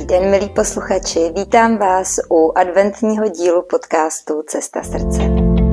den, milí posluchači, vítám vás u adventního dílu podcastu Cesta srdce.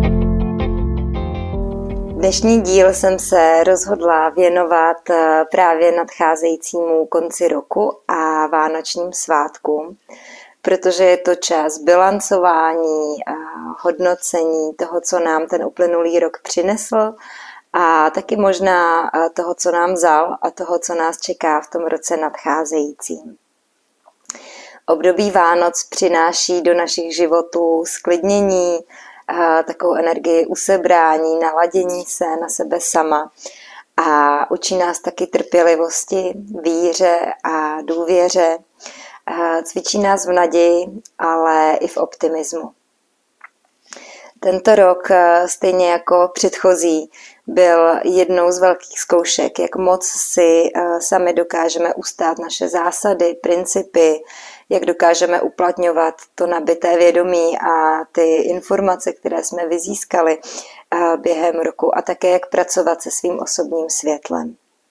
Dnešní díl jsem se rozhodla věnovat právě nadcházejícímu konci roku a vánočním svátkům, protože je to čas bilancování a hodnocení toho, co nám ten uplynulý rok přinesl, a taky možná toho, co nám vzal a toho, co nás čeká v tom roce nadcházejícím. Období Vánoc přináší do našich životů sklidnění, takovou energii usebrání, naladění se na sebe sama a učí nás taky trpělivosti, víře a důvěře. Cvičí nás v naději, ale i v optimismu. Tento rok, stejně jako předchozí, byl jednou z velkých zkoušek, jak moc si sami dokážeme ustát naše zásady, principy, jak dokážeme uplatňovat to nabité vědomí a ty informace, které jsme vyzískali během roku, a také jak pracovat se svým osobním světlem.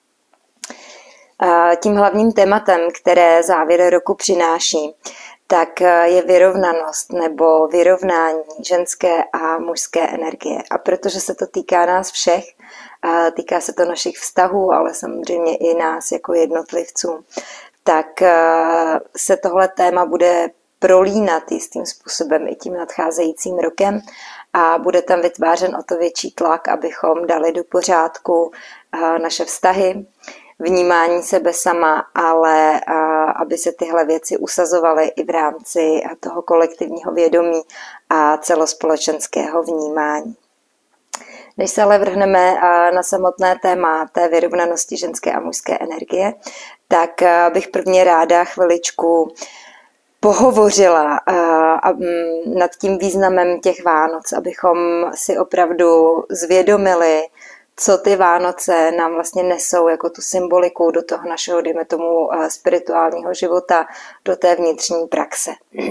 Tím hlavním tématem, které závěr roku přináší, tak je vyrovnanost nebo vyrovnání ženské a mužské energie. A protože se to týká nás všech, týká se to našich vztahů, ale samozřejmě i nás jako jednotlivců, tak se tohle téma bude prolínat jistým způsobem i tím nadcházejícím rokem a bude tam vytvářen o to větší tlak, abychom dali do pořádku naše vztahy, vnímání sebe sama, ale aby se tyhle věci usazovaly i v rámci toho kolektivního vědomí a celospolečenského vnímání. Než se ale vrhneme na samotné téma té vyrovnanosti ženské a mužské energie, tak bych prvně ráda chviličku pohovořila nad tím významem těch Vánoc, abychom si opravdu zvědomili, co ty Vánoce nám vlastně nesou jako tu symboliku do toho našeho, dejme tomu, spirituálního života, do té vnitřní praxe.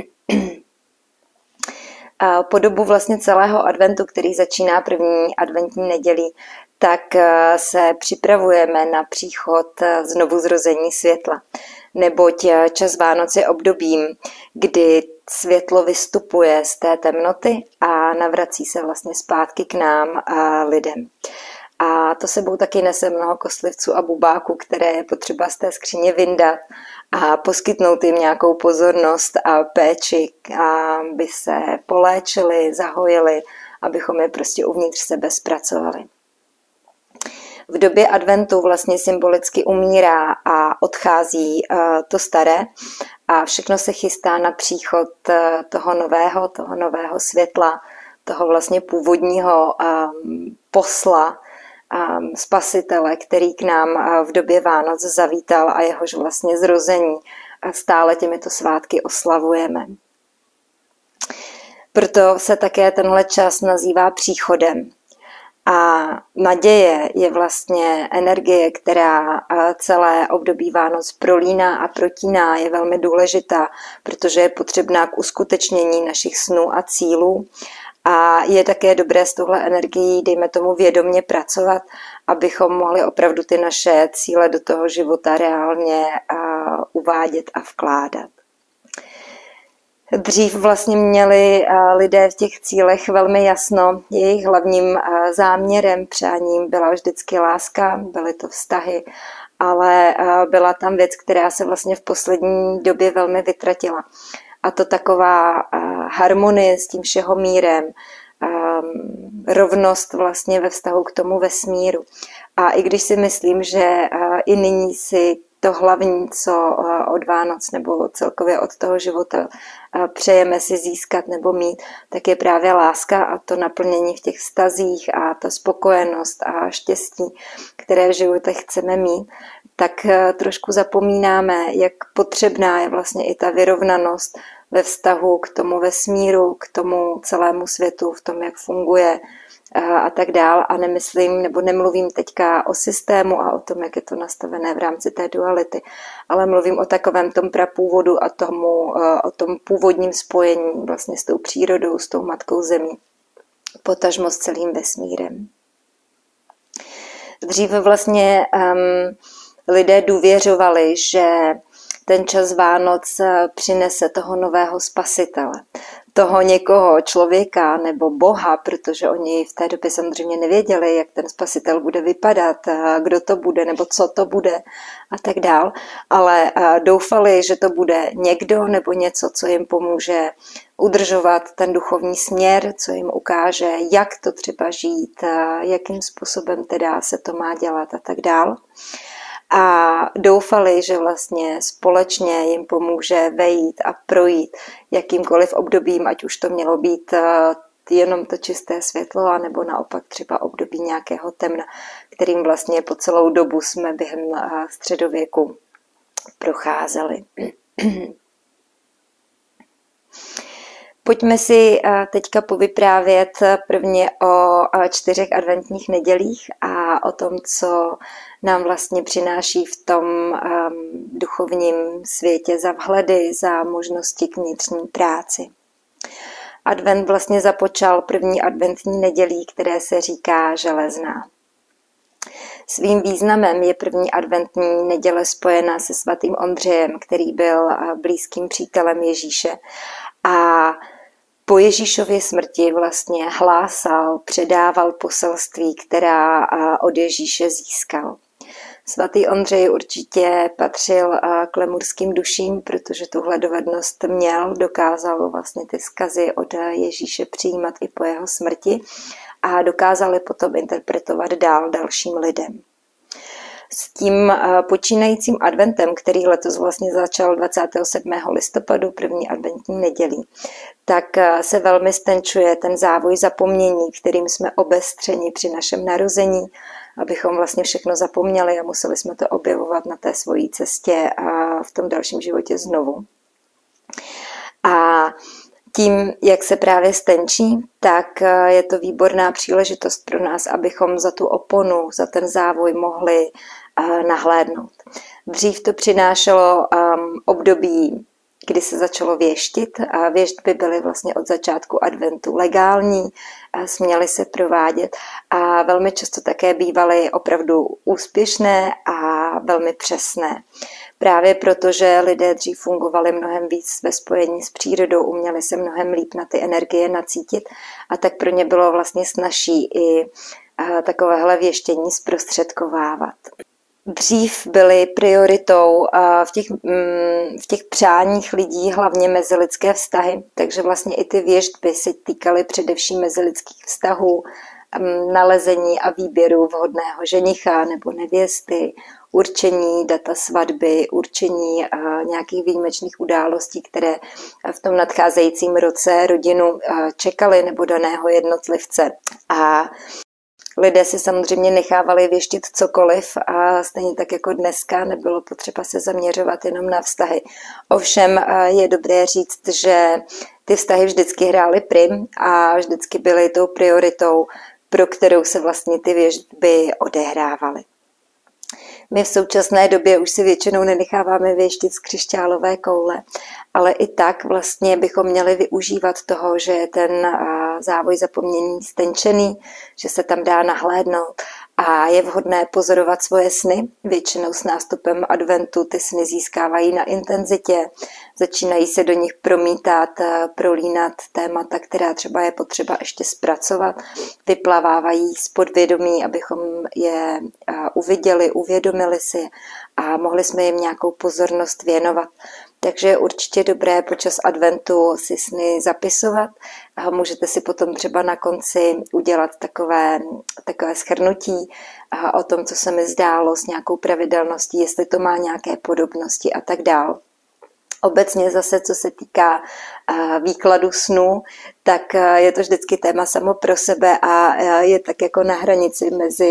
Po dobu vlastně celého adventu, který začíná první adventní nedělí, tak se připravujeme na příchod znovuzrození světla. Neboť čas Vánoc je obdobím, kdy světlo vystupuje z té temnoty a navrací se vlastně zpátky k nám lidem. A to sebou taky nese mnoho kostlivců a bubáků, které je potřeba z té skříně vyndat a poskytnout jim nějakou pozornost a péči, aby se poléčili, zahojili, abychom je prostě uvnitř sebe zpracovali. V době adventu vlastně symbolicky umírá a odchází to staré a všechno se chystá na příchod toho nového světla, toho vlastně původního posla, spasitele, který k nám v době Vánoc zavítal a jehož vlastně zrození stále těmito svátky oslavujeme. Proto se také tenhle čas nazývá příchodem. A naděje je vlastně energie, která celé období Vánoc prolíná a protíná, je velmi důležitá, protože je potřebná k uskutečnění našich snů a cílů. A je také dobré s touhle energií, dejme tomu, vědomně pracovat, abychom mohli opravdu ty naše cíle do toho života reálně uvádět a vkládat. Dřív vlastně měli lidé v těch cílech velmi jasno. Jejich hlavním záměrem, přáním byla vždycky láska, byly to vztahy, ale byla tam věc, která se vlastně v poslední době velmi vytratila. A to taková harmonie s tím všehomírem, rovnost vlastně ve vztahu k tomu vesmíru. A i když si myslím, že i nyní si to hlavní, co od Vánoc nebo celkově od toho života přejeme si získat nebo mít, tak je právě láska a to naplnění v těch vztazích a ta spokojenost a štěstí, které v životech chceme mít, tak trošku zapomínáme, jak potřebná je vlastně i ta vyrovnanost ve vztahu k tomu vesmíru, k tomu celému světu, v tom, jak funguje a tak dál. A nemyslím, nebo nemluvím teďka o systému a o tom, jak je to nastavené v rámci té duality, ale mluvím o takovém tom prapůvodu a o tom původním spojení vlastně s tou přírodou, s tou matkou zemí, potažmo s celým vesmírem. Dříve vlastně lidé důvěřovali, že ten čas Vánoc přinese toho nového spasitele, toho někoho, člověka nebo Boha, protože oni v té době samozřejmě nevěděli, jak ten spasitel bude vypadat, kdo to bude nebo co to bude a tak dál, ale doufali, že to bude někdo nebo něco, co jim pomůže udržovat ten duchovní směr, co jim ukáže, jak to třeba žít, jakým způsobem teda se to má dělat a tak dál. A doufali, že vlastně společně jim pomůže vejít a projít jakýmkoliv obdobím, ať už to mělo být jenom to čisté světlo, anebo naopak třeba období nějakého temna, kterým vlastně po celou dobu jsme během středověku procházeli. Pojďme si teďka povyprávět prvně o 4 adventních nedělích a o tom, co nám vlastně přináší v tom duchovním světě za vhledy, za možnosti k vnitřní práci. Advent vlastně započal první adventní nedělí, které se říká železná. Svým významem je první adventní neděle spojena se svatým Ondřejem, který byl blízkým přítelem Ježíše a po Ježíšově smrti vlastně hlásal, předával poselství, která od Ježíše získal. Svatý Ondřej určitě patřil k lemurským duším, protože tuhle dovednost měl, dokázal vlastně ty vzkazy od Ježíše přijímat i po jeho smrti a dokázal je potom interpretovat dál dalším lidem. S tím počínajícím adventem, který letos vlastně začal 27. listopadu, první adventní nedělí, tak se velmi stenčuje ten závoj zapomnění, kterým jsme obestřeni při našem narození, abychom vlastně všechno zapomněli a museli jsme to objevovat na té svojí cestě a v tom dalším životě znovu. A tím, jak se právě stenčí, tak je to výborná příležitost pro nás, abychom za tu oponu, za ten závoj mohli nahlédnout. Dřív to přinášelo období, kdy se začalo věštit. Věštby byly vlastně od začátku adventu legální, směly se provádět a velmi často také bývaly opravdu úspěšné a velmi přesné. Právě proto, že lidé dřív fungovali mnohem víc ve spojení s přírodou, uměli se mnohem líp na ty energie nacítit a tak pro ně bylo vlastně snazší i takovéhle věštění zprostředkovávat. Dřív byly prioritou v těch přáních lidí hlavně mezilidské vztahy, takže vlastně i ty věštby se týkaly především mezilidských vztahů, nalezení a výběru vhodného ženicha nebo nevěsty, určení data svatby, určení nějakých výjimečných událostí, které v tom nadcházejícím roce rodinu čekaly nebo daného jednotlivce. A lidé si samozřejmě nechávali věštit cokoliv a stejně tak jako dneska nebylo potřeba se zaměřovat jenom na vztahy. Ovšem je dobré říct, že ty vztahy vždycky hrály prim a vždycky byly tou prioritou, pro kterou se vlastně ty věštby odehrávaly. My v současné době už si většinou nenecháváme věštit z křišťálové koule, ale i tak vlastně bychom měli využívat toho, že je ten závoj zapomnění stenčený, že se tam dá nahlédnout a je vhodné pozorovat svoje sny. Většinou s nástupem adventu ty sny získávají na intenzitě, začínají se do nich promítat, prolínat témata, která třeba je potřeba ještě zpracovat, vyplavávají z podvědomí, abychom je uviděli, uvědomili si a mohli jsme jim nějakou pozornost věnovat. Takže je určitě dobré počas adventu si sny zapisovat. Můžete si potom třeba na konci udělat takové shrnutí o tom, co se mi zdálo s nějakou pravidelností, jestli to má nějaké podobnosti a tak dál. Obecně zase, co se týká výkladu snů, tak je to vždycky téma samo pro sebe a je tak jako na hranici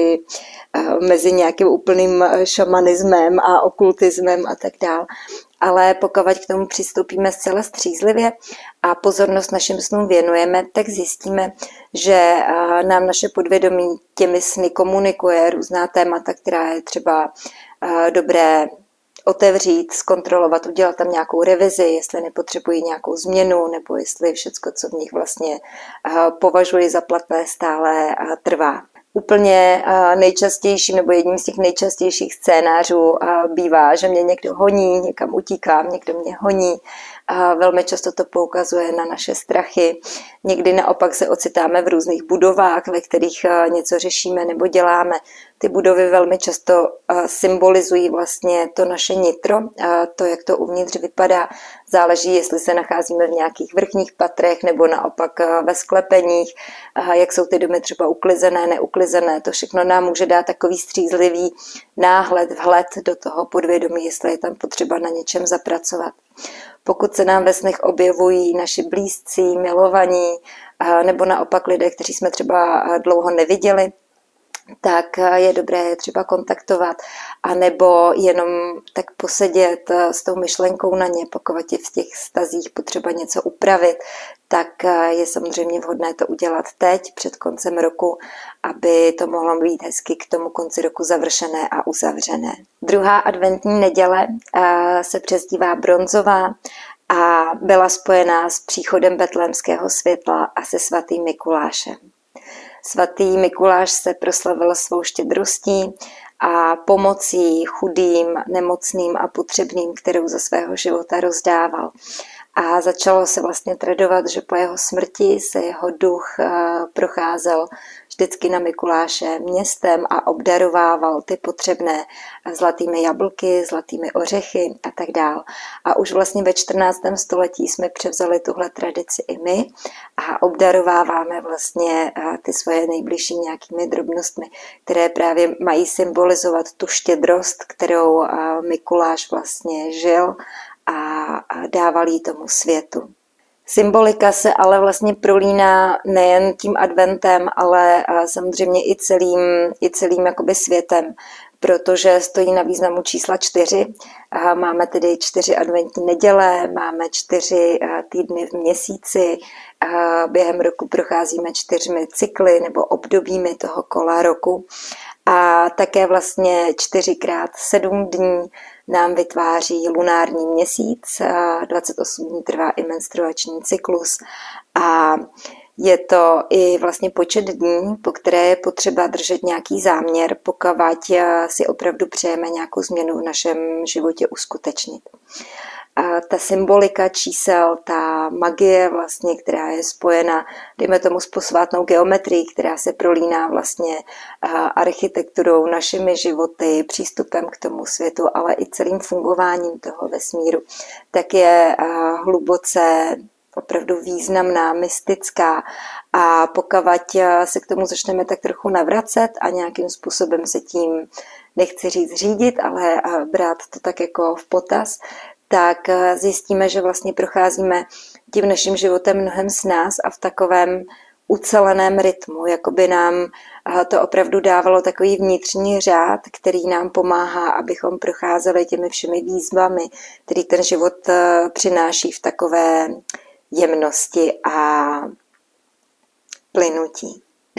mezi nějakým úplným šamanismem a okultismem a tak dál. Ale pokud k tomu přistoupíme zcela střízlivě a pozornost našim snům věnujeme, tak zjistíme, že nám naše podvědomí těmi sny komunikuje různá témata, která je třeba dobré otevřít, zkontrolovat, udělat tam nějakou revizi, jestli nepotřebují nějakou změnu, nebo jestli všecko, co v nich vlastně považuji za platné, stále trvá. Úplně nejčastějším nebo jedním z těch nejčastějších scénářů bývá, že mě někdo honí, někam utíkám, někdo mě honí. Velmi často to poukazuje na naše strachy. Někdy naopak se ocitáme v různých budovách, ve kterých něco řešíme nebo děláme. Ty budovy velmi často symbolizují vlastně to naše nitro, to, jak to uvnitř vypadá. Záleží, jestli se nacházíme v nějakých vrchních patrech nebo naopak ve sklepeních, jak jsou ty domy třeba uklizené, neuklizené. To všechno nám může dát takový střízlivý náhled, vhled do toho podvědomí, jestli je tam potřeba na něčem zapracovat. Pokud se nám ve snech objevují naši blízcí, milovaní, nebo naopak lidé, kteří jsme třeba dlouho neviděli, tak je dobré je třeba kontaktovat, anebo jenom tak posedět s tou myšlenkou na ně, pokud je v těch vztazích potřeba něco upravit, tak je samozřejmě vhodné to udělat teď, před koncem roku, aby to mohlo být hezky k tomu konci roku završené a uzavřené. Druhá adventní neděle se přezdívá bronzová a byla spojená s příchodem betlémského světla a se svatým Mikulášem. Svatý Mikuláš se proslavil svou štědrostí a pomocí chudým, nemocným a potřebným, kterou za svého života rozdával. A začalo se vlastně tradovat, že po jeho smrti se jeho duch procházel vždycky na Mikuláše městem a obdarovával ty potřebné zlatými jablky, zlatými ořechy a tak dál. A už vlastně ve 14. století jsme převzali tuhle tradici i my a obdarováváme vlastně ty svoje nejbližší nějakými drobnostmi, které právě mají symbolizovat tu štědrost, kterou Mikuláš vlastně žil a dával jí tomu světu. Symbolika se ale vlastně prolíná nejen tím adventem, ale samozřejmě i celým jakoby světem, protože stojí na významu čísla 4. Máme tedy 4 adventní neděle, máme 4 týdny v měsíci, během roku procházíme 4 cykly nebo obdobími toho kola roku a také vlastně 4x7 dní nám vytváří lunární měsíc, 28 dní trvá i menstruační cyklus a je to i vlastně počet dní, po které je potřeba držet nějaký záměr, pokud si opravdu přejeme nějakou změnu v našem životě uskutečnit. A ta symbolika čísel, ta magie vlastně, která je spojena, dejme tomu, s posvátnou geometrií, která se prolíná vlastně architekturou, našimi životy, přístupem k tomu světu, ale i celým fungováním toho vesmíru, tak je hluboce opravdu významná, mystická a pokud se k tomu začneme tak trochu navracet a nějakým způsobem se tím, nechci říct řídit, ale brát to tak jako v potaz, tak zjistíme, že vlastně procházíme tím naším životem mnohem s nás a v takovém uceleném rytmu, jako by nám to opravdu dávalo takový vnitřní řád, který nám pomáhá, abychom procházeli těmi všemi výzvami, který ten život přináší v takové jemnosti a plynutí.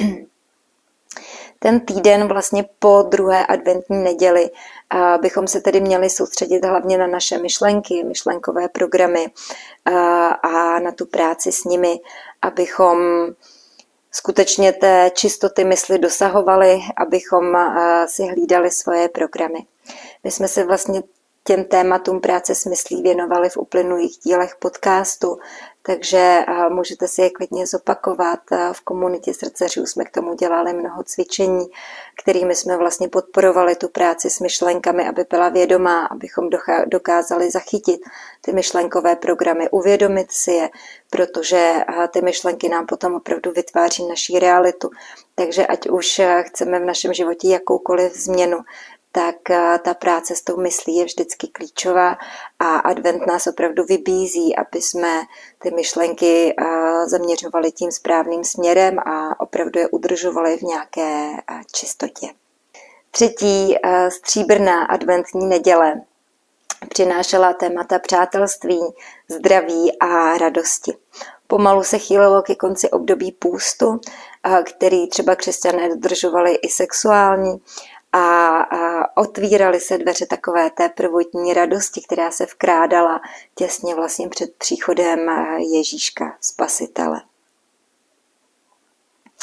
Ten týden vlastně po druhé adventní neděli bychom se tedy měli soustředit hlavně na naše myšlenky, myšlenkové programy a na tu práci s nimi, abychom skutečně té čistoty mysli dosahovali, abychom si hlídali svoje programy. My jsme se vlastně těm tématům práce s myslí věnovali v uplynulých dílech podcastu, takže můžete si je klidně zopakovat. V komunitě srdcařů jsme k tomu dělali mnoho cvičení, kterými jsme vlastně podporovali tu práci s myšlenkami, aby byla vědomá, abychom dokázali zachytit ty myšlenkové programy, uvědomit si je, protože ty myšlenky nám potom opravdu vytváří naší realitu. Takže ať už chceme v našem životě jakoukoliv změnu, tak ta práce s tou myslí je vždycky klíčová a advent nás opravdu vybízí, aby jsme ty myšlenky zaměřovali tím správným směrem a opravdu je udržovali v nějaké čistotě. Třetí stříbrná adventní neděle přinášela témata přátelství, zdraví a radosti. Pomalu se chýlilo ke konci období půstu, který třeba křesťané dodržovali i sexuální, a otvíraly se dveře takové té prvotní radosti, která se vkrádala těsně vlastně před příchodem Ježíška, Spasitele.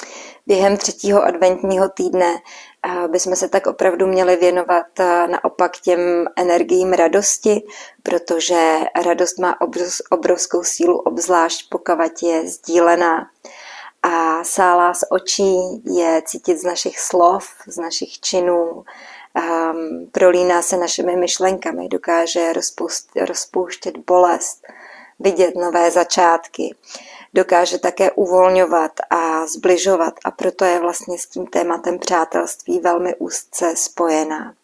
Během 3. adventního týdne bychom se tak opravdu měli věnovat naopak těm energiím radosti, protože radost má obrovskou sílu, obzvlášť pokud je sdílená. A sálá z očí je cítit z našich slov, z našich činů, prolíná se našimi myšlenkami, dokáže rozpouštět bolest, vidět nové začátky, dokáže také uvolňovat a zbližovat a proto je vlastně s tím tématem přátelství velmi úzce spojená.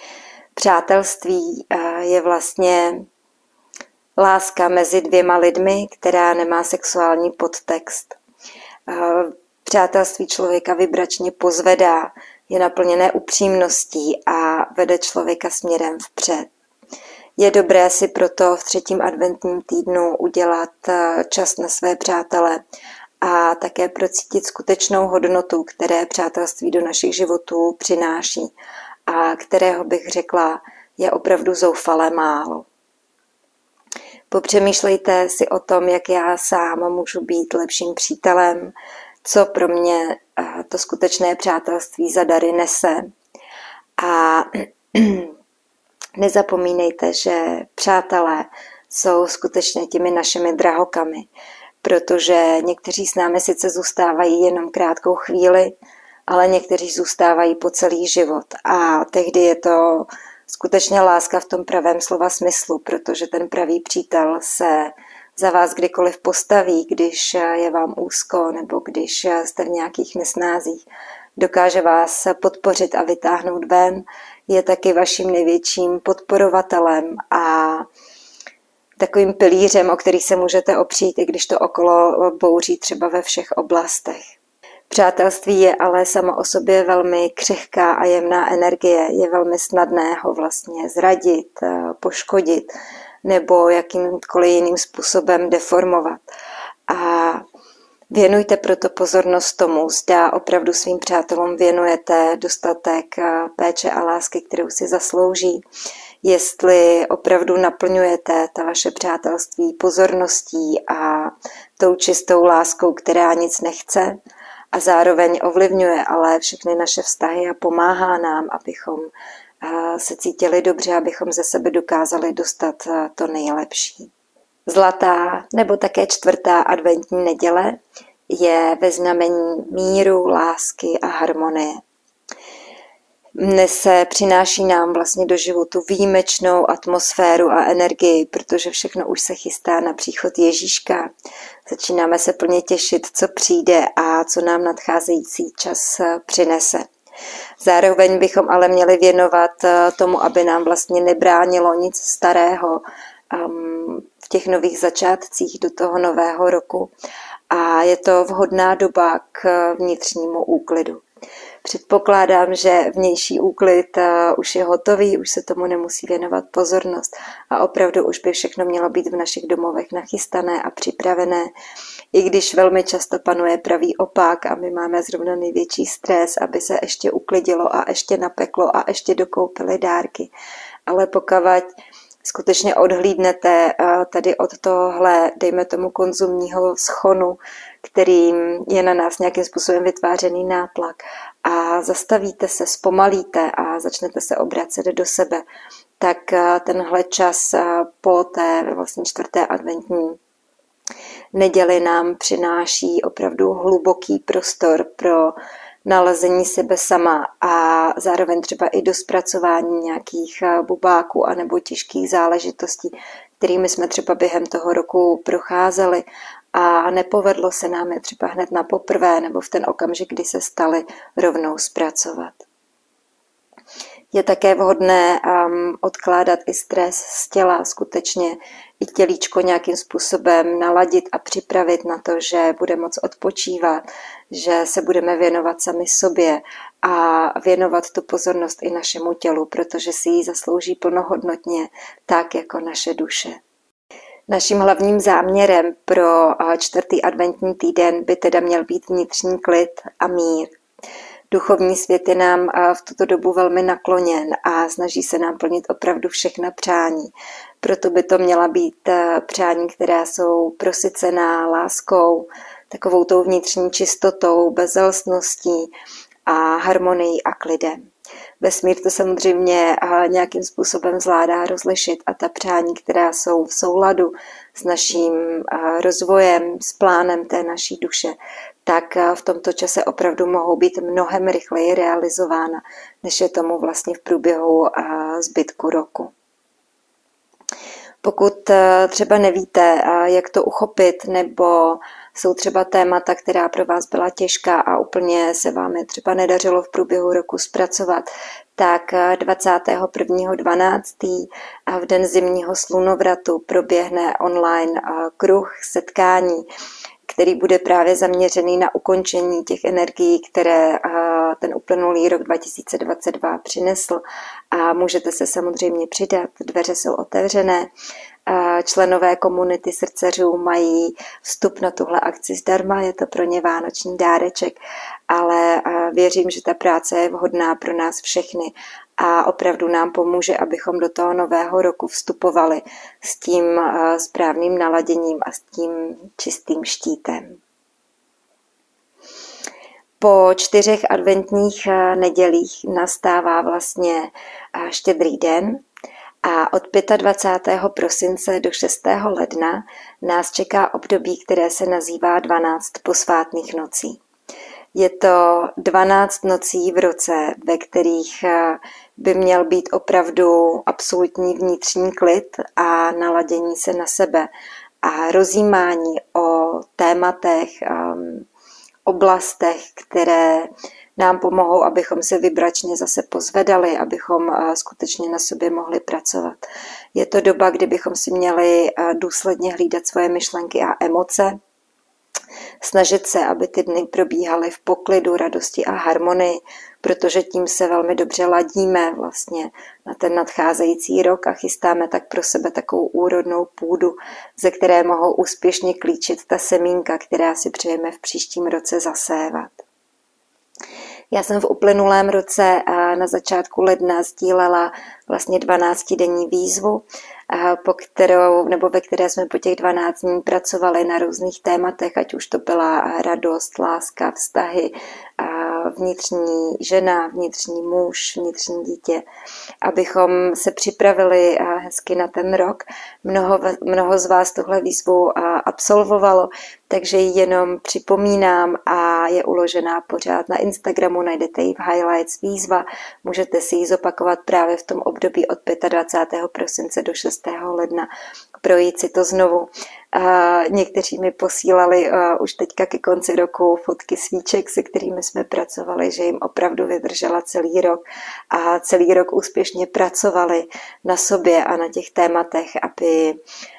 Přátelství je vlastně láska mezi dvěma lidmi, která nemá sexuální podtext. Přátelství člověka vibračně pozvedá, je naplněné upřímností a vede člověka směrem vpřed. Je dobré si proto v 3. adventním týdnu udělat čas na své přátele a také procítit skutečnou hodnotu, které přátelství do našich životů přináší a kterého bych řekla je opravdu zoufale málo. Popřemýšlejte si o tom, jak já sám můžu být lepším přítelem, co pro mě to skutečné přátelství za dary nese. A nezapomínejte, že přátelé jsou skutečně těmi našimi drahokamy, protože někteří s námi sice zůstávají jenom krátkou chvíli, ale někteří zůstávají po celý život. A tehdy je to skutečně láska v tom pravém slova smyslu, protože ten pravý přítel se za vás kdykoliv postaví, když je vám úzko nebo když jste v nějakých nesnázích. Dokáže vás podpořit a vytáhnout ven, je taky vaším největším podporovatelem a takovým pilířem, o který se můžete opřít, i když to okolo bouří třeba ve všech oblastech. Přátelství je ale samo o sobě velmi křehká a jemná energie. Je velmi snadné ho vlastně zradit, poškodit nebo jakýmkoliv jiným způsobem deformovat. A věnujte proto pozornost tomu, zda opravdu svým přátelům věnujete dostatek péče a lásky, kterou si zaslouží. Jestli opravdu naplňujete ta vaše přátelství pozorností a tou čistou láskou, která nic nechce a zároveň ovlivňuje ale všechny naše vztahy a pomáhá nám, abychom se cítili dobře, abychom ze sebe dokázali dostat to nejlepší. Zlatá nebo také 4. adventní neděle je ve znamení míru, lásky a harmonie. Dnes se přináší nám vlastně do životu výjimečnou atmosféru a energii, protože všechno už se chystá na příchod Ježíška. Začínáme se plně těšit, co přijde a co nám nadcházející čas přinese. Zároveň bychom ale měli věnovat tomu, aby nám vlastně nebránilo nic starého v těch nových začátcích do toho nového roku. A je to vhodná doba k vnitřnímu úklidu. Předpokládám, že vnější úklid už je hotový, už se tomu nemusí věnovat pozornost a opravdu už by všechno mělo být v našich domovech nachystané a připravené, i když velmi často panuje pravý opak a my máme zrovna největší stres, aby se ještě uklidilo a ještě napeklo a ještě dokoupili dárky. Ale pokud skutečně odhlídnete tady od tohle, dejme tomu konzumního schonu, kterým je na nás nějakým způsobem vytvářený nátlak a zastavíte se, zpomalíte a začnete se obracet do sebe, tak tenhle čas po té vlastně 4. adventní neděli nám přináší opravdu hluboký prostor pro nalezení sebe sama a zároveň třeba i do zpracování nějakých bubáků anebo těžkých záležitostí, kterými jsme třeba během toho roku procházeli a nepovedlo se nám je třeba hned na poprvé nebo v ten okamžik, kdy se staly, rovnou zpracovat. Je také vhodné odkládat i stres z těla, skutečně i tělíčko nějakým způsobem naladit a připravit na to, že bude moc odpočívat, že se budeme věnovat sami sobě a věnovat tu pozornost i našemu tělu, protože si ji zaslouží plnohodnotně, tak jako naše duše. Naším hlavním záměrem pro 4. adventní týden by teda měl být vnitřní klid a mír. Duchovní svět je nám v tuto dobu velmi nakloněn a snaží se nám plnit opravdu všechna přání. Proto by to měla být přání, která jsou prosycená láskou, takovou tou vnitřní čistotou, bezelstností a harmonií a klidem. Vesmír to samozřejmě nějakým způsobem zvládá rozlišit a ta přání, která jsou v souladu s naším rozvojem, s plánem té naší duše, tak v tomto čase opravdu mohou být mnohem rychleji realizována, než je tomu vlastně v průběhu zbytku roku. Pokud třeba nevíte, jak to uchopit, nebo jsou třeba témata, která pro vás byla těžká a úplně se vám je třeba nedařilo v průběhu roku zpracovat, tak 21.12. v den zimního slunovratu proběhne online kruh setkání, který bude právě zaměřený na ukončení těch energií, které ten uplynulý rok 2022 přinesl. A můžete se samozřejmě přidat, dveře jsou otevřené. Členové komunity srdcařů mají vstup na tuhle akci zdarma, je to pro ně vánoční dáreček, ale věřím, že ta práce je vhodná pro nás všechny a opravdu nám pomůže, abychom do toho nového roku vstupovali s tím správným naladěním a s tím čistým štítem. Po 4 adventních nedělích nastává vlastně Štědrý den a od 25. prosince do 6. ledna nás čeká období, které se nazývá 12 posvátných nocí. Je to 12 nocí v roce, ve kterých by měl být opravdu absolutní vnitřní klid a naladění se na sebe a rozjímání o tématech, oblastech, které nám pomohou, abychom se vibračně zase pozvedali, abychom skutečně na sobě mohli pracovat. Je to doba, kdy bychom si měli důsledně hlídat svoje myšlenky a emoce, snažit se, aby ty dny probíhaly v poklidu, radosti a harmonii, protože tím se velmi dobře ladíme vlastně na ten nadcházející rok a chystáme tak pro sebe takovou úrodnou půdu, ze které mohou úspěšně klíčit ta semínka, která si přejeme v příštím roce zasévat. Já jsem v uplynulém roce na začátku ledna sdílela vlastně 12denní výzvu, ve které jsme po těch 12 dní pracovali na různých tématech, ať už to byla radost, láska, vztahy, vnitřní žena, vnitřní muž, vnitřní dítě, abychom se připravili hezky na ten rok. Mnoho z vás tohle výzvu absolvovalo, takže ji jenom připomínám a je uložená pořád na Instagramu, najdete ji v highlights výzva, můžete si ji zopakovat právě v tom období od 25. prosince do 6. ledna, projít si to znovu. Někteří mi posílali už teďka ke konci roku fotky svíček, se kterými jsme pracovali, že jim opravdu vydržela celý rok a celý rok úspěšně pracovali na sobě a na těch tématech, aby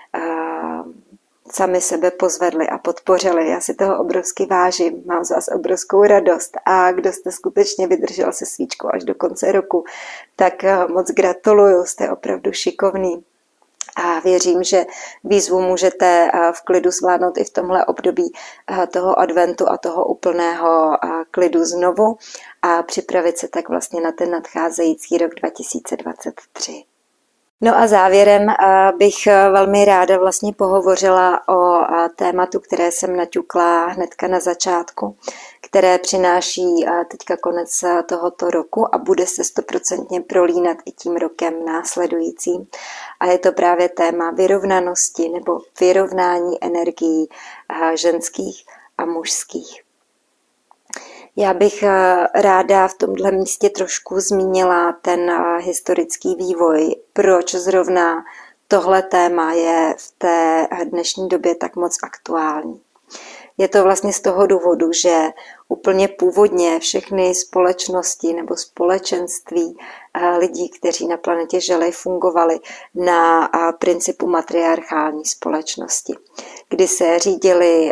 sami sebe pozvedli a podpořili. Já si toho obrovsky vážím, mám z vás obrovskou radost a kdo jste skutečně vydržel se svíčkou až do konce roku, tak moc gratuluju, jste opravdu šikovný. A věřím, že výzvu můžete v klidu zvládnout i v tomhle období toho adventu a toho úplného klidu znovu a připravit se tak vlastně na ten nadcházející rok 2023. No a závěrem bych velmi ráda vlastně pohovořila o tématu, které jsem naťukla hnedka na začátku, které přináší teďka konec tohoto roku a bude se 100% prolínat i tím rokem následujícím. A je to právě téma vyrovnanosti nebo vyrovnání energií ženských a mužských. Já bych ráda v tomhle místě trošku zmínila ten historický vývoj, proč zrovna tohle téma je v té dnešní době tak moc aktuální. Je to vlastně z toho důvodu, že úplně původně všechny společnosti nebo společenství lidí, kteří na planetě žili, fungovali na principu matriarchální společnosti, kdy se řídili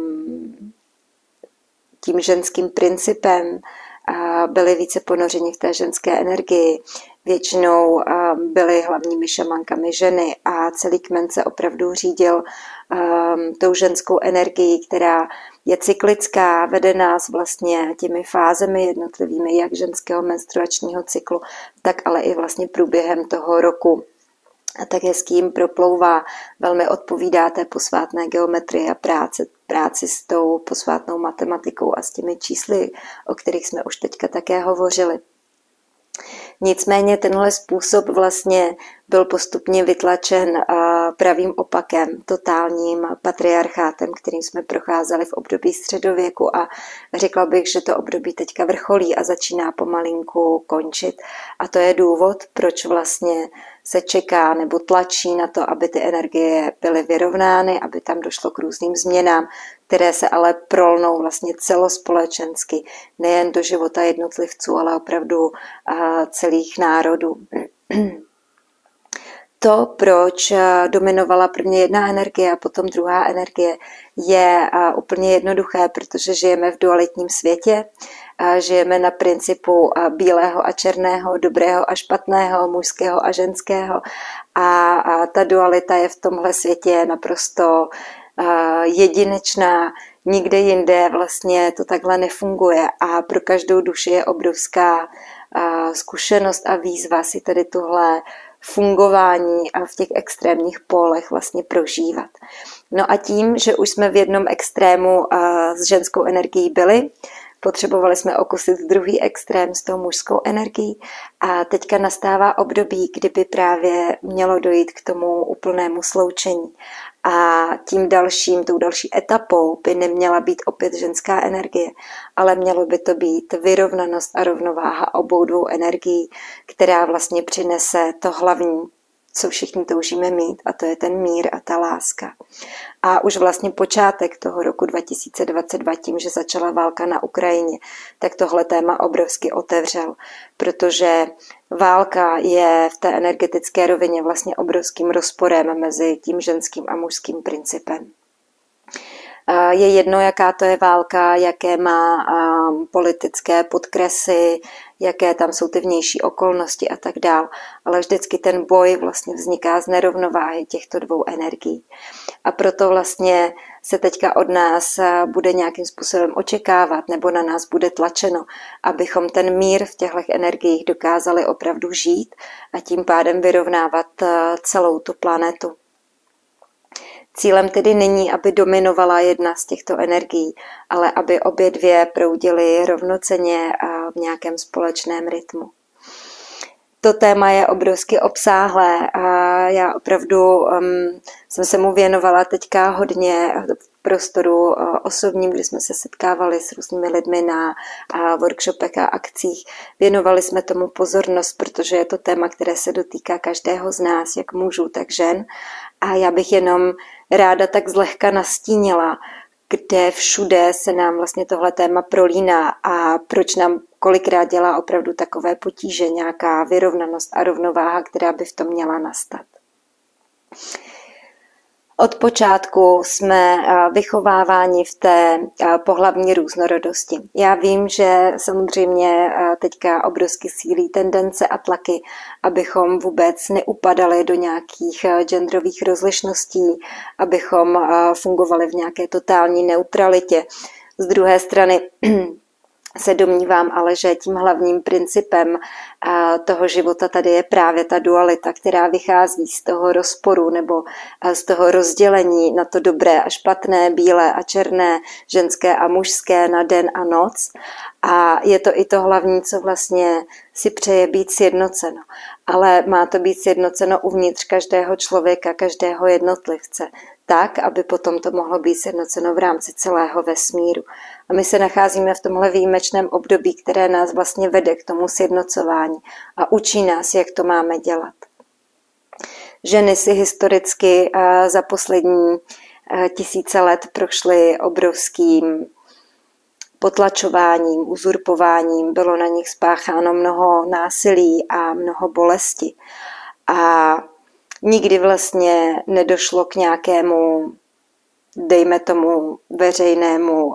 tím ženským principem, byli více ponořeni v té ženské energii, většinou byly hlavními šamankami ženy a celý kmen se opravdu řídil tou ženskou energií, která je cyklická, vede nás vlastně těmi fázemi jednotlivými, jak ženského menstruačního cyklu, tak ale i vlastně průběhem toho roku. a tak hezkým proplouvá, velmi odpovídá té posvátné geometrii a práci s tou posvátnou matematikou a s těmi čísly, o kterých jsme už teďka také hovořili. Nicméně tenhle způsob vlastně byl postupně vytlačen pravým opakem, totálním patriarchátem, kterým jsme procházeli v období středověku a řekla bych, že to období teďka vrcholí a začíná pomalinku končit. A to je důvod, proč vlastně se čeká nebo tlačí na to, aby ty energie byly vyrovnány, aby tam došlo k různým změnám, které se ale prolnou vlastně celospolečensky, nejen do života jednotlivců, ale opravdu celých národů. To, proč dominovala prvně jedna energie a potom druhá energie, je úplně jednoduché, protože žijeme v dualitním světě, žijeme na principu bílého a černého, dobrého a špatného, mužského a ženského a ta dualita je v tomhle světě naprosto jedinečná, nikde jinde vlastně to takhle nefunguje a pro každou duši je obrovská zkušenost a výzva si tady tuhle fungování a v těch extrémních pólech vlastně prožívat. No a tím, že už jsme v jednom extrému s ženskou energií byli, potřebovali jsme okusit druhý extrém s tou mužskou energií a teďka nastává období, kdyby právě mělo dojít k tomu úplnému sloučení. A tou další etapou by neměla být opět ženská energie, ale mělo by to být vyrovnanost a rovnováha obou dvou energií, která vlastně přinese to hlavní, co všichni toužíme mít, a to je ten mír a ta láska. A už vlastně počátek toho roku 2022, tím, že začala válka na Ukrajině, tak tohle téma obrovsky otevřel, protože válka je v té energetické rovině vlastně obrovským rozporem mezi tím ženským a mužským principem. Je jedno, jaká to je válka, jaké má politické podkresy, jaké tam jsou ty vnější okolnosti a tak dál. Ale vždycky ten boj vlastně vzniká z nerovnováhy těchto dvou energií. A proto vlastně se teďka od nás bude nějakým způsobem očekávat nebo na nás bude tlačeno, abychom ten mír v těchto energiích dokázali opravdu žít a tím pádem vyrovnávat celou tu planetu. Cílem tedy není, aby dominovala jedna z těchto energií, ale aby obě dvě proudily rovnocenně a v nějakém společném rytmu. To téma je obrovsky obsáhlé a já opravdu jsem se mu věnovala teďka hodně v prostoru osobním, kdy jsme se setkávali s různými lidmi na workshopech a akcích. Věnovali jsme tomu pozornost, protože je to téma, které se dotýká každého z nás, jak mužů, tak žen. A já bych jenom ráda tak zlehka nastínila, kde všude se nám vlastně tohle téma prolíná a proč nám kolikrát dělá opravdu takové potíže, nějaká vyrovnanost a rovnováha, která by v tom měla nastat. Od počátku jsme vychováváni v té pohlavní různorodosti. Já vím, že samozřejmě teďka obrovsky sílí tendence a tlaky, abychom vůbec neupadali do nějakých genderových rozlišností, abychom fungovali v nějaké totální neutralitě. Z druhé strany se domnívám ale, že tím hlavním principem toho života tady je právě ta dualita, která vychází z toho rozporu nebo z toho rozdělení na to dobré a špatné, bílé a černé, ženské a mužské, na den a noc. A je to i to hlavní, co vlastně si přeje být sjednoceno. Ale má to být sjednoceno uvnitř každého člověka, každého jednotlivce, tak, aby potom to mohlo být sjednoceno v rámci celého vesmíru. A my se nacházíme v tomhle výjimečném období, které nás vlastně vede k tomu sjednocování a učí nás, jak to máme dělat. Ženy si historicky za poslední tisíce let prošly obrovským potlačováním, uzurpováním, bylo na nich spácháno mnoho násilí a mnoho bolesti. A nikdy vlastně nedošlo k nějakému, dejme tomu, veřejnému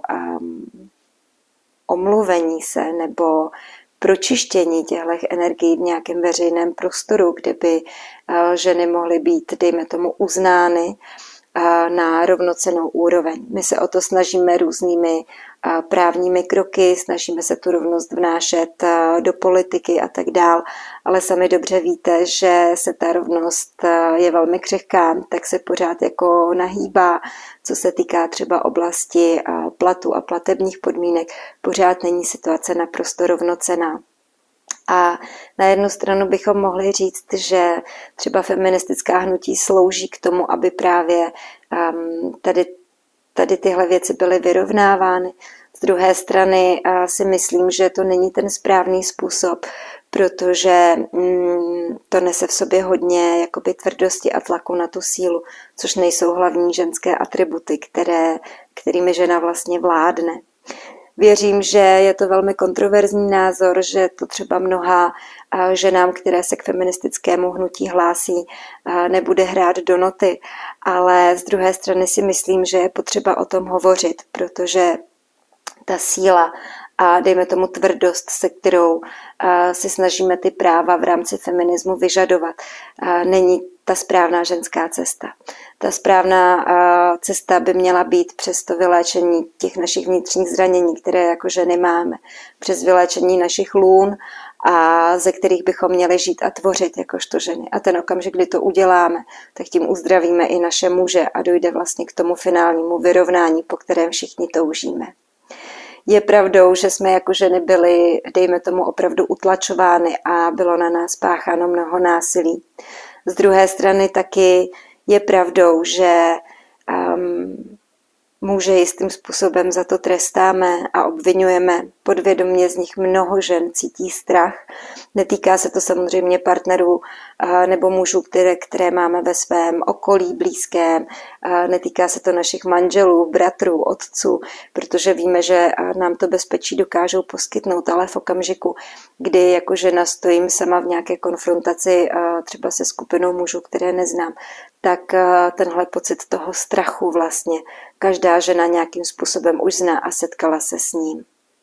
omluvení se nebo pročištění těchto energií v nějakém veřejném prostoru, kde by ženy mohly být, dejme tomu, uznány na rovnocennou úroveň. My se o to snažíme různými právními kroky, snažíme se tu rovnost vnášet do politiky a tak dál, ale sami dobře víte, že se ta rovnost je velmi křehká, tak se pořád jako nahýbá, co se týká třeba oblasti platu a platebních podmínek, pořád není situace naprosto rovnocenná. A na jednu stranu bychom mohli říct, že třeba feministická hnutí slouží k tomu, aby právě tady tyhle věci byly vyrovnávány. Z druhé strany si myslím, že to není ten správný způsob, protože to nese v sobě hodně jakoby tvrdosti a tlaku na tu sílu, což nejsou hlavní ženské atributy, kterými žena vlastně vládne. Věřím, že je to velmi kontroverzní názor, že to třeba mnoha ženám, které se k feministickému hnutí hlásí, nebude hrát do noty, ale z druhé strany si myslím, že je potřeba o tom hovořit, protože ta síla a dejme tomu tvrdost, se kterou si snažíme ty práva v rámci feminismu vyžadovat, není ta správná ženská cesta. Ta správná cesta by měla být přes to vyléčení těch našich vnitřních zranění, které jako ženy máme, přes vyléčení našich lůn, a ze kterých bychom měli žít a tvořit jakožto ženy. A ten okamžik, kdy to uděláme, tak tím uzdravíme i naše muže a dojde vlastně k tomu finálnímu vyrovnání, po kterém všichni toužíme. Je pravdou, že jsme jako ženy byly, dejme tomu, opravdu utlačovány a bylo na nás pácháno mnoho násilí. Z druhé strany taky je pravdou, že muže jistým způsobem za to trestáme a obvinujeme. Podvědomě z nich mnoho žen cítí strach. Netýká se to samozřejmě partnerů nebo mužů, které máme ve svém okolí blízkém. Netýká se to našich manželů, bratrů, otců, protože víme, že nám to bezpečí dokážou poskytnout, ale v okamžiku, kdy jako žena stojím sama v nějaké konfrontaci třeba se skupinou mužů, které neznám, tak tenhle pocit toho strachu vlastně každá žena nějakým způsobem už zná a setkala se s ním.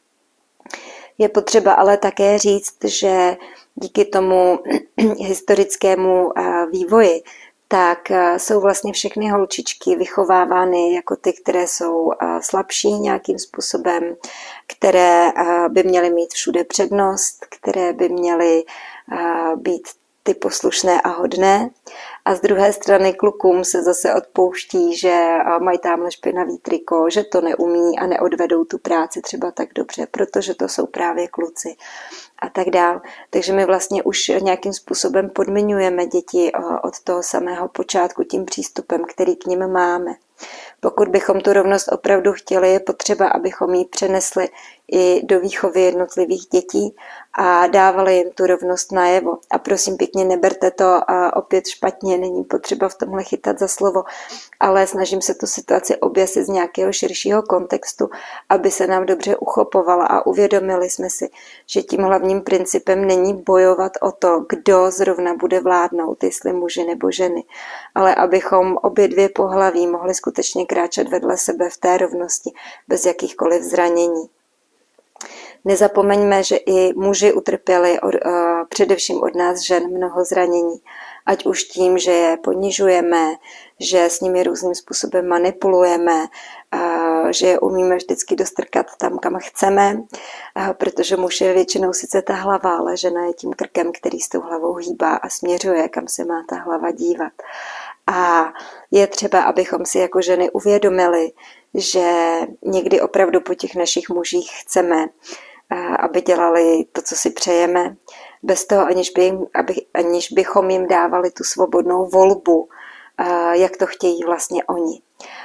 Je potřeba ale také říct, že díky tomu historickému vývoji, tak jsou vlastně všechny holčičky vychovávány jako ty, které jsou slabší nějakým způsobem, které by měly mít všude přednost, které by měly být ty poslušné a hodné. A z druhé strany klukům se zase odpouští, že mají tamhle špinavý triko, že to neumí a neodvedou tu práci třeba tak dobře, protože to jsou právě kluci a tak dál. Takže my vlastně už nějakým způsobem podmiňujeme děti od toho samého počátku tím přístupem, který k nim máme. Pokud bychom tu rovnost opravdu chtěli, je potřeba, abychom ji přenesli i do výchovy jednotlivých dětí a dávali jim tu rovnost najevo. A prosím pěkně, neberte to opět špatně, není potřeba v tomhle chytat za slovo, ale snažím se tu situaci objasnit z nějakého širšího kontextu, aby se nám dobře uchopovala a uvědomili jsme si, že tím hlavním principem není bojovat o to, kdo zrovna bude vládnout, jestli muži nebo ženy, ale abychom obě dvě pohlaví mohli skutečně kráčet vedle sebe v té rovnosti bez jakýchkoliv zranění. Nezapomeňme, že i muži utrpěli především od nás žen mnoho zranění. Ať už tím, že je ponižujeme, že s nimi různým způsobem manipulujeme, že je umíme vždycky dostrkat tam, kam chceme, protože muž je většinou sice ta hlava, ale žena je tím krkem, který s tou hlavou hýbá a směřuje, kam se má ta hlava dívat. A je třeba, abychom si jako ženy uvědomili, že někdy opravdu po těch našich mužích chceme, aby dělali to, co si přejeme, bez toho, aniž bychom jim dávali tu svobodnou volbu, jak to chtějí vlastně oni.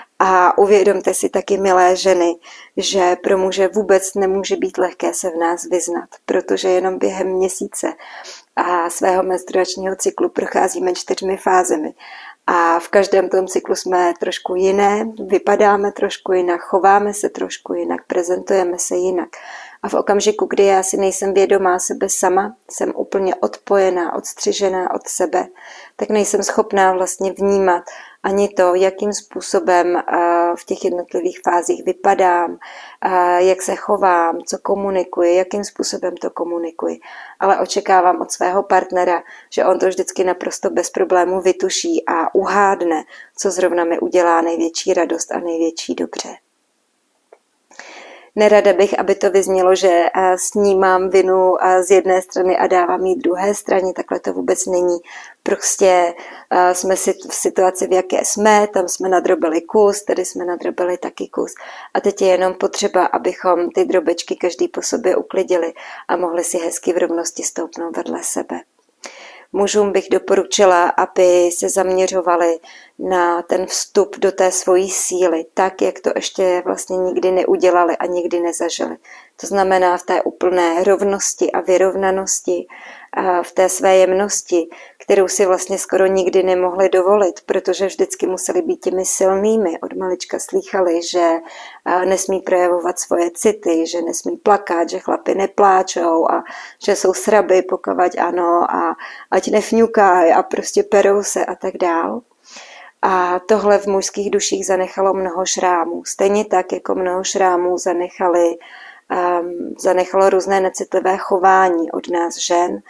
A uvědomte si taky, milé ženy, že pro muže vůbec nemůže být lehké se v nás vyznat, protože jenom během měsíce a svého menstruačního cyklu procházíme 4 fázemi. A v každém tom cyklu jsme trošku jiné, vypadáme trošku jinak, chováme se trošku jinak, prezentujeme se jinak. A v okamžiku, kdy já si nejsem vědomá sebe sama, jsem úplně odpojená, odstřižená od sebe, tak nejsem schopná vlastně vnímat ani to, jakým způsobem v těch jednotlivých fázích vypadám, jak se chovám, co komunikuji, jakým způsobem to komunikuji. Ale očekávám od svého partnera, že on to vždycky naprosto bez problémů vytuší a uhádne, co zrovna mi udělá největší radost a největší dobře. Nerada bych, aby to vyznělo, že snímám vinu z jedné strany a dávám ji druhé straně, takhle to vůbec není. Prostě jsme v situaci, v jaké jsme, tam jsme nadrobili kus, tady jsme nadrobili taky kus. A teď je jenom potřeba, abychom ty drobečky každý po sobě uklidili a mohli si hezky v rovnosti stoupnout vedle sebe. Mužům bych doporučila, aby se zaměřovali na ten vstup do té svojí síly, tak, jak to ještě vlastně nikdy neudělali a nikdy nezažili. To znamená v té úplné rovnosti a vyrovnanosti, v té své jemnosti, kterou si vlastně skoro nikdy nemohli dovolit, protože vždycky museli být těmi silnými. Od malička slýchali, že nesmí projevovat svoje city, že nesmí plakat, že chlapi nepláčou a že jsou sraby, pokud ano, a ať nefňukají a prostě perou se a tak dál. A tohle v mužských duších zanechalo mnoho šrámů. Stejně tak, jako mnoho šrámů zanechalo různé necitlivé chování od nás žen,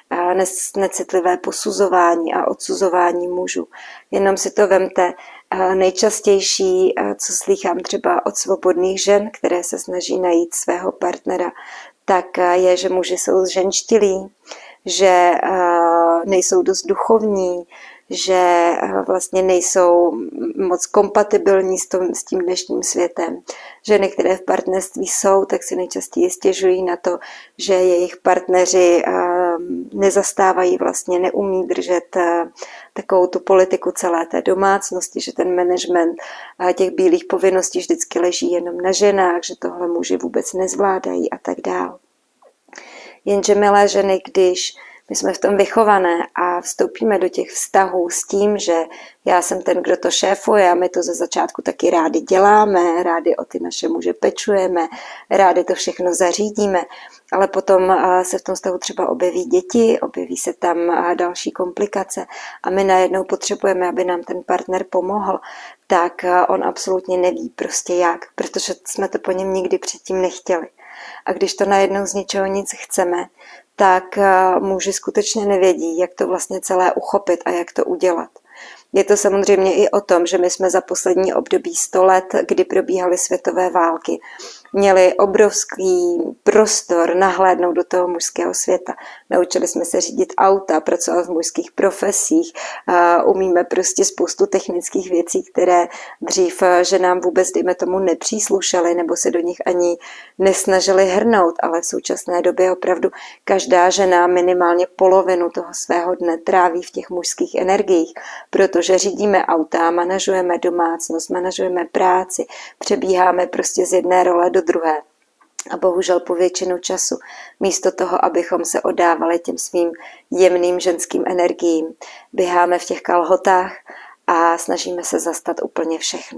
necitlivé posuzování a odsuzování mužů. Jenom si to vemte, nejčastější, co slýchám třeba od svobodných žen, které se snaží najít svého partnera, tak je, že muži jsou ženštilí, že nejsou dost duchovní, že vlastně nejsou moc kompatibilní s tím dnešním světem. Ženy, které v partnerství jsou, tak si nejčastěji stěžují na to, že jejich partneři nezastávají, vlastně neumí držet takovou tu politiku celé té domácnosti, že ten management těch bílých povinností vždycky leží jenom na ženách, že tohle muži vůbec nezvládají a tak dál. Jenže milé ženy, když my jsme v tom vychované a vstoupíme do těch vztahů s tím, že já jsem ten, kdo to šéfuje a my to ze začátku taky rádi děláme, rádi o ty naše muže pečujeme, rádi to všechno zařídíme, ale potom se v tom vztahu třeba objeví děti, objeví se tam další komplikace a my najednou potřebujeme, aby nám ten partner pomohl, tak on absolutně neví prostě jak, protože jsme to po něm nikdy předtím nechtěli. A když to najednou z ničeho nic chceme, tak muži skutečně nevědí, jak to vlastně celé uchopit a jak to udělat. Je to samozřejmě i o tom, že my jsme za poslední období 100 let, kdy probíhaly světové války, měli obrovský prostor nahlédnout do toho mužského světa. Naučili jsme se řídit auta, pracovat v mužských profesích, umíme prostě spoustu technických věcí, které dřív ženám vůbec, dejme tomu, nepříslušely nebo se do nich ani nesnažili hrnout, ale v současné době opravdu každá žena minimálně polovinu toho svého dne tráví v těch mužských energiích, protože řídíme auta, manažujeme domácnost, manažujeme práci, přebíháme prostě z jedné role do druhé. A bohužel po většinu času, místo toho, abychom se oddávali těm svým jemným ženským energiím, běháme v těch kalhotách a snažíme se zastat úplně všechno.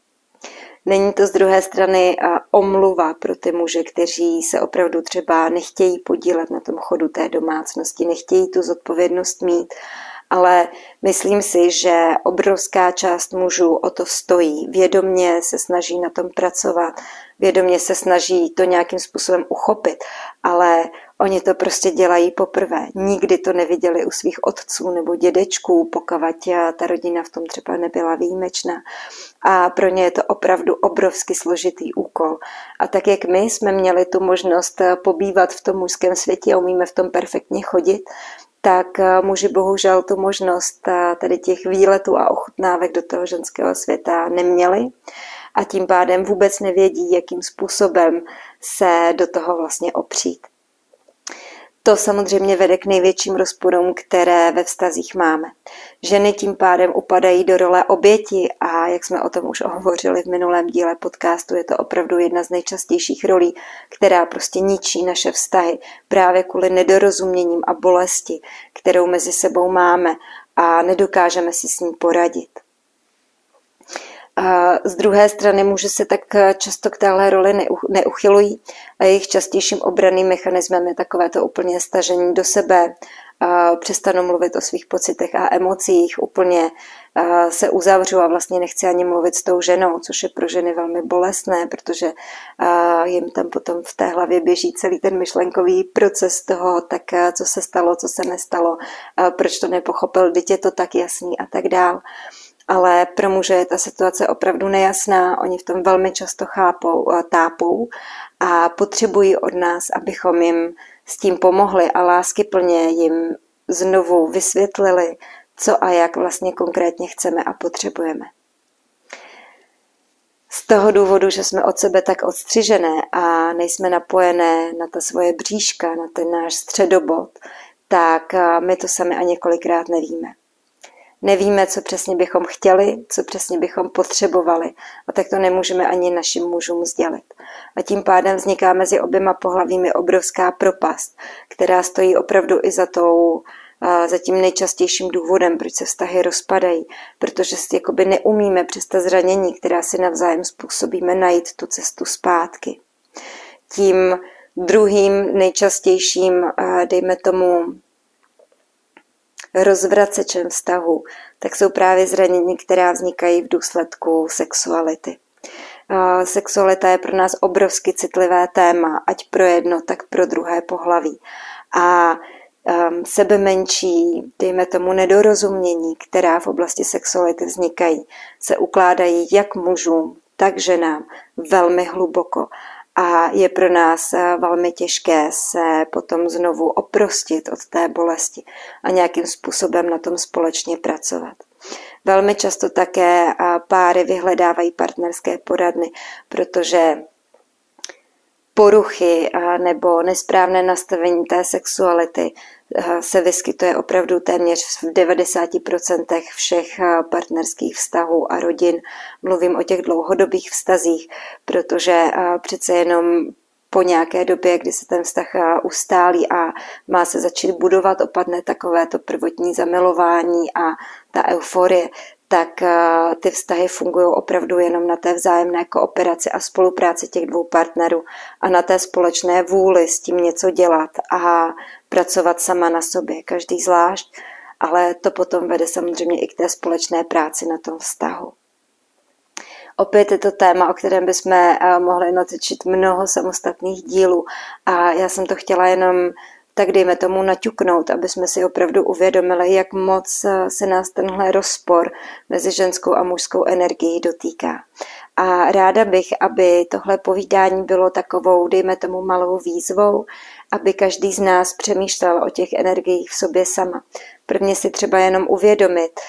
Není to z druhé strany omluva pro ty muže, kteří se opravdu třeba nechtějí podílet na tom chodu té domácnosti, nechtějí tu zodpovědnost mít, ale myslím si, že obrovská část mužů o to stojí. Vědomě se snaží na tom pracovat, vědomě se snaží to nějakým způsobem uchopit, ale oni to prostě dělají poprvé. Nikdy to neviděli u svých otců nebo dědečků, pokud ta rodina v tom třeba nebyla výjimečná. A pro ně je to opravdu obrovsky složitý úkol. A tak, jak my jsme měli tu možnost pobývat v tom mužském světě a umíme v tom perfektně chodit, tak muži bohužel tu možnost tady těch výletů a ochutnávek do toho ženského světa neměli a tím pádem vůbec nevědí, jakým způsobem se do toho vlastně opřít. To samozřejmě vede k největším rozporům, které ve vztazích máme. Ženy tím pádem upadají do role oběti a jak jsme o tom už hovořili v minulém díle podcastu, je to opravdu jedna z nejčastějších rolí, která prostě ničí naše vztahy právě kvůli nedorozuměním a bolesti, kterou mezi sebou máme a nedokážeme si s ní poradit. A z druhé strany muži se tak často k téhle roli neuchylují a jejich častějším obranným mechanismem je takové to úplně stažení do sebe, přestanou mluvit o svých pocitech a emocích, úplně se uzavřu a vlastně nechci ani mluvit s tou ženou, což je pro ženy velmi bolestné, protože jim tam potom v té hlavě běží celý ten myšlenkový proces toho, tak co se stalo, co se nestalo, proč to nepochopil, vždyť je to tak jasný a tak dál. Ale pro muže je ta situace opravdu nejasná, oni v tom velmi často tápou a potřebují od nás, abychom jim s tím pomohli a láskyplně jim znovu vysvětlili, co a jak vlastně konkrétně chceme a potřebujeme. Z toho důvodu, že jsme od sebe tak odstřižené a nejsme napojené na ta svoje bříška, na ten náš středobod, tak my to sami a několikrát nevíme. Nevíme, co přesně bychom chtěli, co přesně bychom potřebovali a tak to nemůžeme ani našim mužům sdělit. A tím pádem vzniká mezi oběma pohlavími obrovská propast, která stojí opravdu i za tím nejčastějším důvodem, proč se vztahy rozpadají, protože si jakoby neumíme přes ta zranění, která si navzájem způsobíme, najít tu cestu zpátky. Tím druhým nejčastějším, dejme tomu, rozvracečem vztahu, tak jsou právě zranění, která vznikají v důsledku sexuality. Sexualita je pro nás obrovsky citlivé téma, ať pro jedno, tak pro druhé pohlaví. A sebemenší, dejme tomu nedorozumění, která v oblasti sexuality vznikají, se ukládají jak mužům, tak ženám velmi hluboko. A je pro nás velmi těžké se potom znovu oprostit od té bolesti a nějakým způsobem na tom společně pracovat. Velmi často také páry vyhledávají partnerské poradny, protože poruchy nebo nesprávné nastavení té sexuality se vyskytuje opravdu téměř v 90% všech partnerských vztahů a rodin. Mluvím o těch dlouhodobých vztazích, protože přece jenom po nějaké době, kdy se ten vztah ustálí a má se začít budovat, opadne takovéto prvotní zamilování a ta euforie, tak ty vztahy fungují opravdu jenom na té vzájemné kooperaci a spolupráci těch dvou partnerů a na té společné vůli s tím něco dělat a pracovat sama na sobě, každý zvlášť, ale to potom vede samozřejmě i k té společné práci na tom vztahu. Opět je to téma, o kterém bychom mohli natočit mnoho samostatných dílů a já jsem to chtěla jenom tak dejme tomu naťuknout, aby jsme si opravdu uvědomili, jak moc se nás tenhle rozpor mezi ženskou a mužskou energií dotýká. A ráda bych, aby tohle povídání bylo takovou, dejme tomu, malou výzvou, aby každý z nás přemýšlel o těch energiích v sobě sama. Prvně si třeba jenom uvědomit,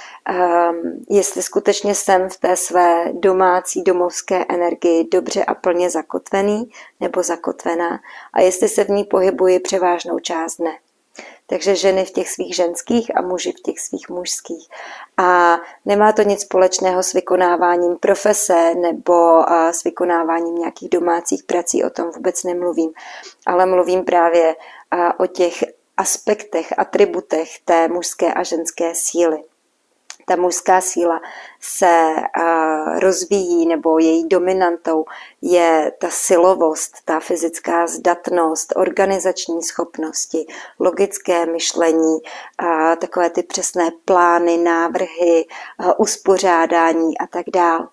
jestli skutečně jsem v té své domácí domovské energii dobře a plně zakotvený nebo zakotvená a jestli se v ní pohybuji převážnou část dne. Takže ženy v těch svých ženských a muži v těch svých mužských. A nemá to nic společného s vykonáváním profese nebo s vykonáváním nějakých domácích prací, o tom vůbec nemluvím, ale mluvím právě o těch aspektech, atributech té mužské a ženské síly. Ta mužská síla se rozvíjí, nebo její dominantou je ta silovost, ta fyzická zdatnost, organizační schopnosti, logické myšlení, takové ty přesné plány, návrhy, uspořádání a tak dále.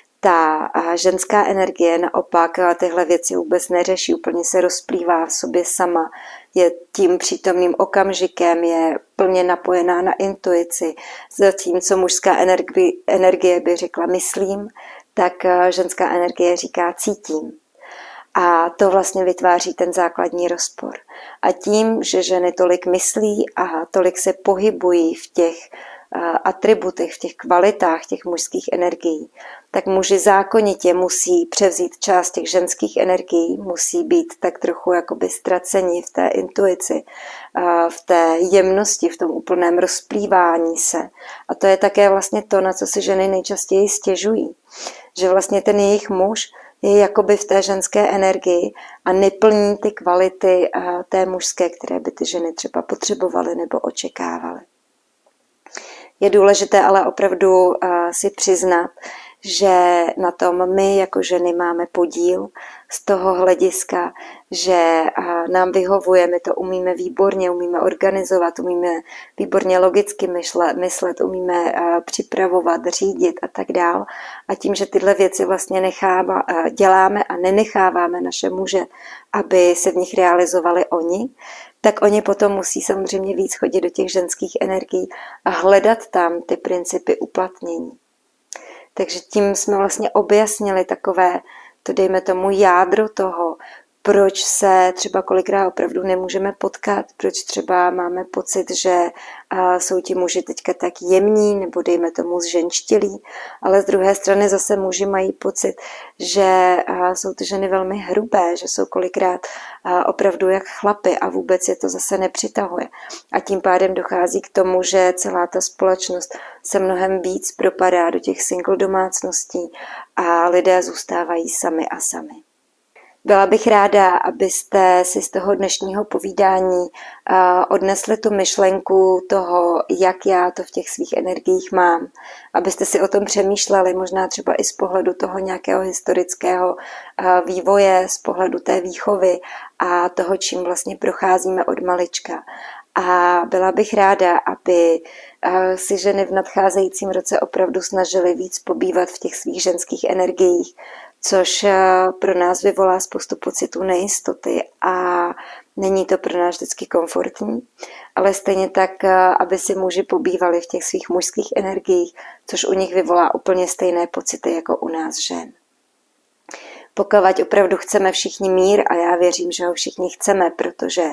Ta ženská energie naopak tyhle věci vůbec neřeší, úplně se rozplývá v sobě sama, je tím přítomným okamžikem, je plně napojená na intuici. Zatímco mužská energie by řekla myslím, tak ženská energie říká cítím. A to vlastně vytváří ten základní rozpor. A tím, že ženy tolik myslí a tolik se pohybují v těch atributech, v těch kvalitách těch mužských energií, tak muži zákonitě musí převzít část těch ženských energií, musí být tak trochu jakoby ztraceni v té intuici, v té jemnosti, v tom úplném rozplývání se. A to je také vlastně to, na co si ženy nejčastěji stěžují. Že vlastně ten jejich muž je jakoby v té ženské energii a neplní ty kvality té mužské, které by ty ženy třeba potřebovaly nebo očekávaly. Je důležité ale opravdu si přiznat, že na tom my jako ženy máme podíl z toho hlediska, že nám vyhovuje, my to umíme výborně, umíme organizovat, umíme výborně logicky myslet, umíme připravovat, řídit a tak dál. A tím, že tyhle věci vlastně děláme a nenecháváme naše muže, aby se v nich realizovali oni, tak oni potom musí samozřejmě víc chodit do těch ženských energií a hledat tam ty principy uplatnění. Takže tím jsme vlastně objasnili takové, to dejme tomu jádro toho, proč se třeba kolikrát opravdu nemůžeme potkat, proč třeba máme pocit, že jsou ti muži teďka tak jemní, nebo dejme tomu zženštilí, ale z druhé strany zase muži mají pocit, že jsou ty ženy velmi hrubé, že jsou kolikrát opravdu jak chlapy a vůbec je to zase nepřitahuje. A tím pádem dochází k tomu, že celá ta společnost se mnohem víc propadá do těch single domácností a lidé zůstávají sami a sami. Byla bych ráda, abyste si z toho dnešního povídání odnesli tu myšlenku toho, jak já to v těch svých energiích mám. Abyste si o tom přemýšleli, možná třeba i z pohledu toho nějakého historického vývoje, z pohledu té výchovy a toho, čím vlastně procházíme od malička. A byla bych ráda, aby si ženy v nadcházejícím roce opravdu snažily víc pobývat v těch svých ženských energiích, což pro nás vyvolá spoustu pocitů nejistoty a není to pro nás vždycky komfortní, ale stejně tak, aby si muži pobývali v těch svých mužských energiích, což u nich vyvolá úplně stejné pocity jako u nás žen. Pokud opravdu chceme všichni mír, a já věřím, že ho všichni chceme, protože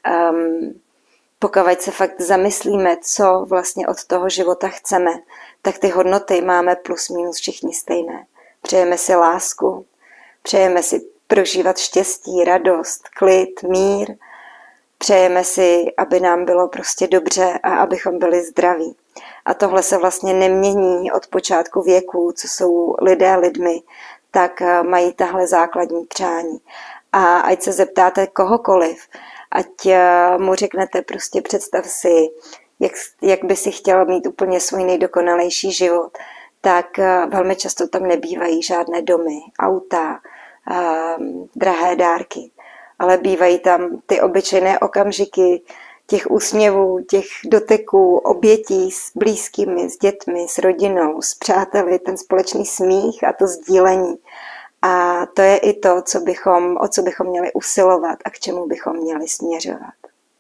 pokud se fakt zamyslíme, co vlastně od toho života chceme, tak ty hodnoty máme plus minus všichni stejné. Přejeme si lásku, přejeme si prožívat štěstí, radost, klid, mír. Přejeme si, aby nám bylo prostě dobře a abychom byli zdraví. A tohle se vlastně nemění od počátku věku, co jsou lidé lidmi, tak mají tahle základní přání. A ať se zeptáte kohokoliv, ať mu řeknete prostě představ si, jak by si chtěl mít úplně svůj nejdokonalejší život, tak velmi často tam nebývají žádné domy, auta, drahé dárky, ale bývají tam ty obyčejné okamžiky těch úsměvů, těch doteků, obětí s blízkými, s dětmi, s rodinou, s přáteli, ten společný smích a to sdílení. A to je i to, o co bychom měli usilovat a k čemu bychom měli směřovat.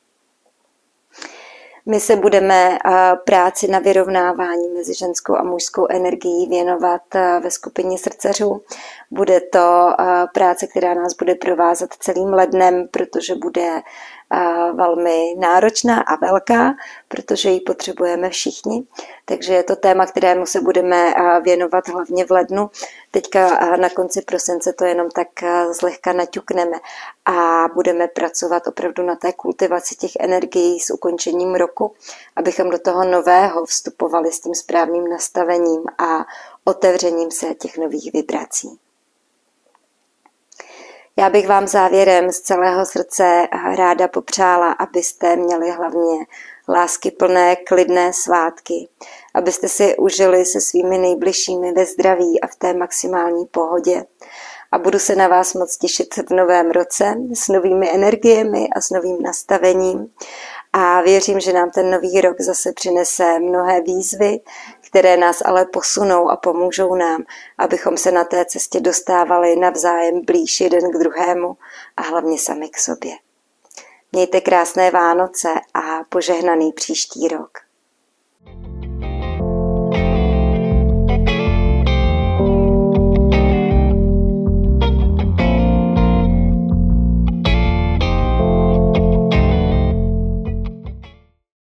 My se budeme práci na vyrovnávání mezi ženskou a mužskou energií věnovat ve skupině srdcařů. Bude to práce, která nás bude provázet celým lednem, protože bude velmi náročná a velká, protože ji potřebujeme všichni. Takže je to téma, kterému se budeme věnovat hlavně v lednu. Teďka na konci prosince to jenom tak zlehka naťukneme a budeme pracovat opravdu na té kultivaci těch energií s ukončením roku, abychom do toho nového vstupovali s tím správným nastavením a otevřením se těch nových vibrací. Já bych vám závěrem z celého srdce ráda popřála, abyste měli hlavně láskyplné, klidné svátky, abyste si užili se svými nejbližšími ve zdraví a v té maximální pohodě. A budu se na vás moc těšit v novém roce s novými energiemi a s novým nastavením. A věřím, že nám ten nový rok zase přinese mnohé výzvy, které nás ale posunou a pomůžou nám, abychom se na té cestě dostávali navzájem blíž jeden k druhému a hlavně sami k sobě. Mějte krásné Vánoce a požehnaný příští rok.